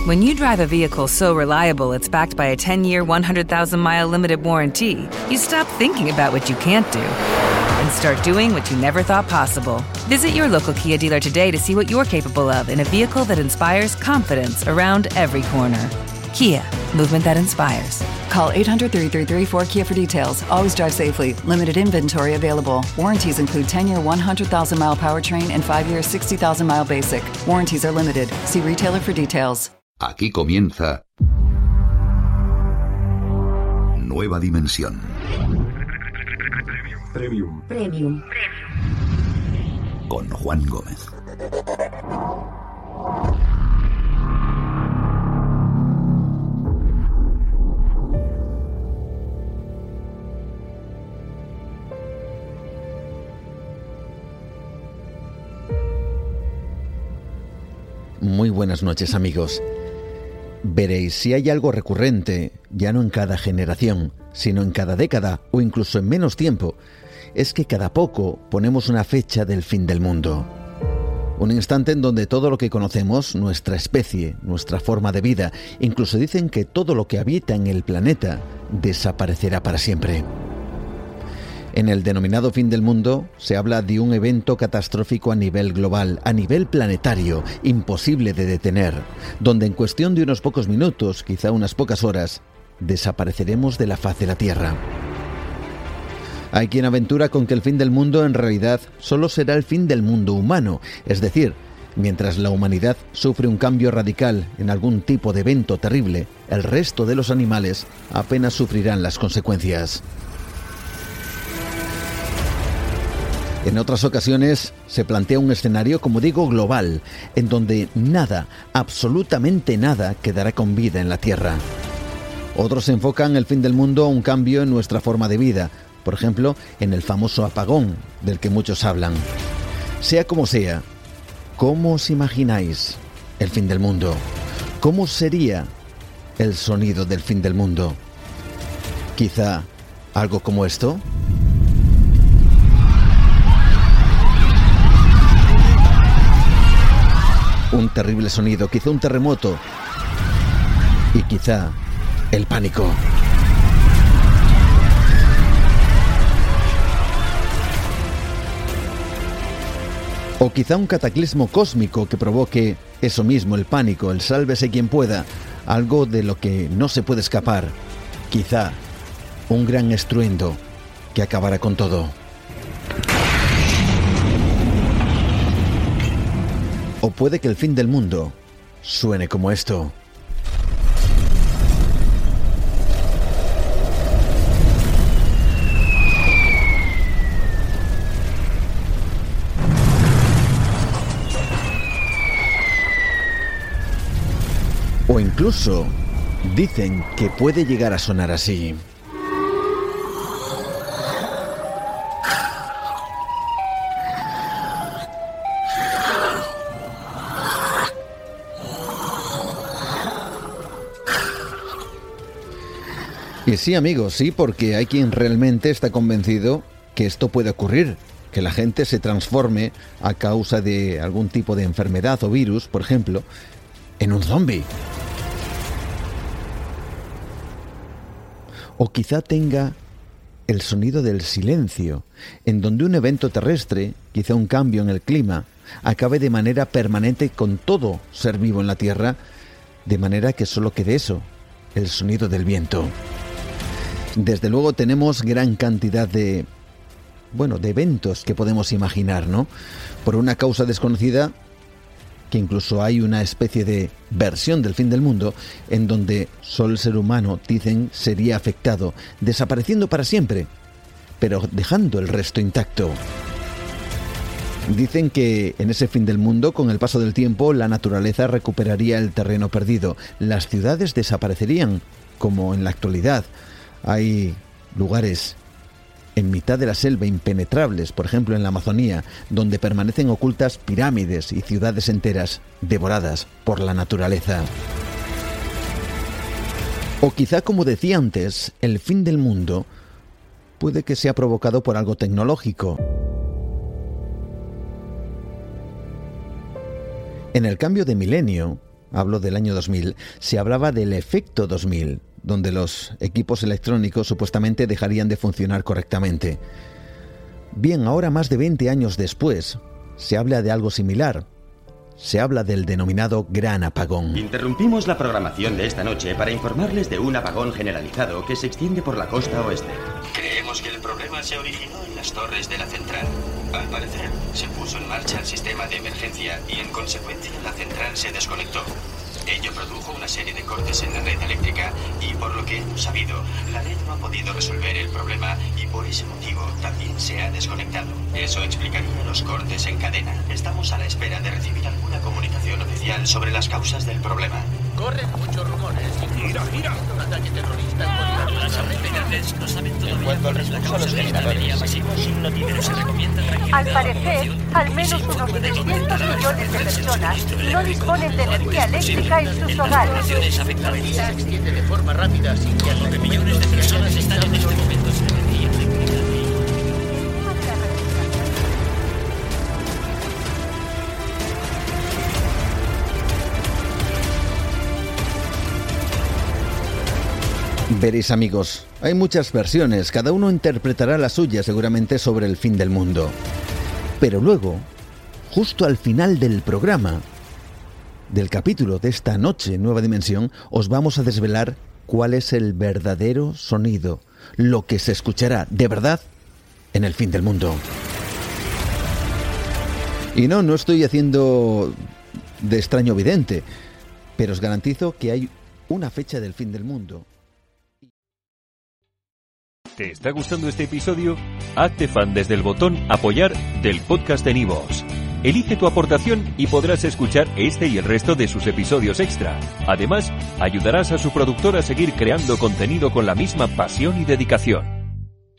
When you drive a vehicle so reliable it's backed by a 10-year, 100,000-mile limited warranty, you stop thinking about what you can't do and start doing what you never thought possible. Visit your local Kia dealer today to see what you're capable of in a vehicle that inspires confidence around every corner. Kia, movement that inspires. Call 800-333-4KIA for details. Always drive safely. Limited inventory available. Warranties include 10-year 100,000-mile powertrain and 5-year 60,000-mile basic. Warranties are limited. See retailer for details. Aquí comienza Nueva Dimensión. Premium. Con Juan Gómez. Muy buenas noches, amigos. Veréis, si hay algo recurrente, ya no en cada generación, sino en cada década o incluso en menos tiempo, es que cada poco ponemos una fecha del fin del mundo. Un instante en donde todo lo que conocemos, nuestra especie, nuestra forma de vida, incluso dicen que todo lo que habita en el planeta, desaparecerá para siempre. En el denominado fin del mundo se habla de un evento catastrófico a nivel global, a nivel planetario, imposible de detener, donde en cuestión de unos pocos minutos, quizá unas pocas horas, desapareceremos de la faz de la Tierra. Hay quien aventura con que el fin del mundo en realidad solo será el fin del mundo humano, es decir, mientras la humanidad sufre un cambio radical en algún tipo de evento terrible, el resto de los animales apenas sufrirán las consecuencias. En otras ocasiones se plantea un escenario, como digo, global, en donde nada, absolutamente nada, quedará con vida en la Tierra. Otros enfocan el fin del mundo a un cambio en nuestra forma de vida, por ejemplo, en el famoso apagón del que muchos hablan. Sea como sea, ¿cómo os imagináis el fin del mundo? ¿Cómo sería el sonido del fin del mundo? ¿Quizá algo como esto? Un terrible sonido, quizá un terremoto y quizá el pánico. O quizá un cataclismo cósmico que provoque eso mismo, el pánico, el sálvese quien pueda, algo de lo que no se puede escapar. Quizá un gran estruendo que acabará con todo. O puede que el fin del mundo suene como esto. O incluso dicen que puede llegar a sonar así. Y sí, amigos, sí, porque hay quien realmente está convencido que esto puede ocurrir, que la gente se transforme a causa de algún tipo de enfermedad o virus, por ejemplo, en un zombie. O quizá tenga el sonido del silencio, en donde un evento terrestre, quizá un cambio en el clima, acabe de manera permanente con todo ser vivo en la Tierra, de manera que solo quede eso, el sonido del viento. Desde luego tenemos gran cantidad de eventos que podemos imaginar, ¿no? Por una causa desconocida, que incluso hay una especie de versión del fin del mundo en donde solo el ser humano, dicen, sería afectado, desapareciendo para siempre, pero dejando el resto intacto. Dicen que en ese fin del mundo, con el paso del tiempo, la naturaleza recuperaría el terreno perdido, las ciudades desaparecerían, como en la actualidad. Hay lugares en mitad de la selva impenetrables, por ejemplo en la Amazonía, donde permanecen ocultas pirámides y ciudades enteras devoradas por la naturaleza. O quizá, como decía antes, el fin del mundo puede que sea provocado por algo tecnológico. En el cambio de milenio, hablo del año 2000, se hablaba del efecto 2000, donde los equipos electrónicos supuestamente dejarían de funcionar correctamente. Bien, ahora más de 20 años después, se habla de algo similar. Se habla del denominado Gran Apagón. Interrumpimos la programación de esta noche para informarles de un apagón generalizado que se extiende por la costa oeste. Creemos que el problema se originó en las torres de la central. Al parecer, se puso en marcha el sistema de emergencia y en consecuencia la central se desconectó. Ello produjo una serie de cortes en la red eléctrica y, por lo que hemos sabido, la red no ha podido resolver el problema y por ese motivo también se ha desconectado. Eso explicaría los cortes en cadena. Estamos a la espera de recibir alguna comunicación oficial sobre las causas del problema. Corren muchos rumores. Mira. Un ataque terrorista contra las red. No saben todavía. En cuanto al recurso a los generadores, al parecer, al menos unos 300 millones de personas no disponen de energía eléctrica en sus hogares. Se extiende de forma rápida, así que 9 millones de personas están en este momento sin energía eléctrica. Veréis, amigos, hay muchas versiones, cada uno interpretará la suya seguramente sobre el fin del mundo. Pero luego, justo al final del programa, del capítulo de esta noche, Nueva Dimensión, os vamos a desvelar cuál es el verdadero sonido, lo que se escuchará de verdad en el fin del mundo. Y no estoy haciendo de extraño vidente, pero os garantizo que hay una fecha del fin del mundo. ¿Te está gustando este episodio? Hazte fan desde el botón Apoyar del podcast de Nivos. Elige tu aportación y podrás escuchar este y el resto de sus episodios extra. Además, ayudarás a su productor a seguir creando contenido con la misma pasión y dedicación.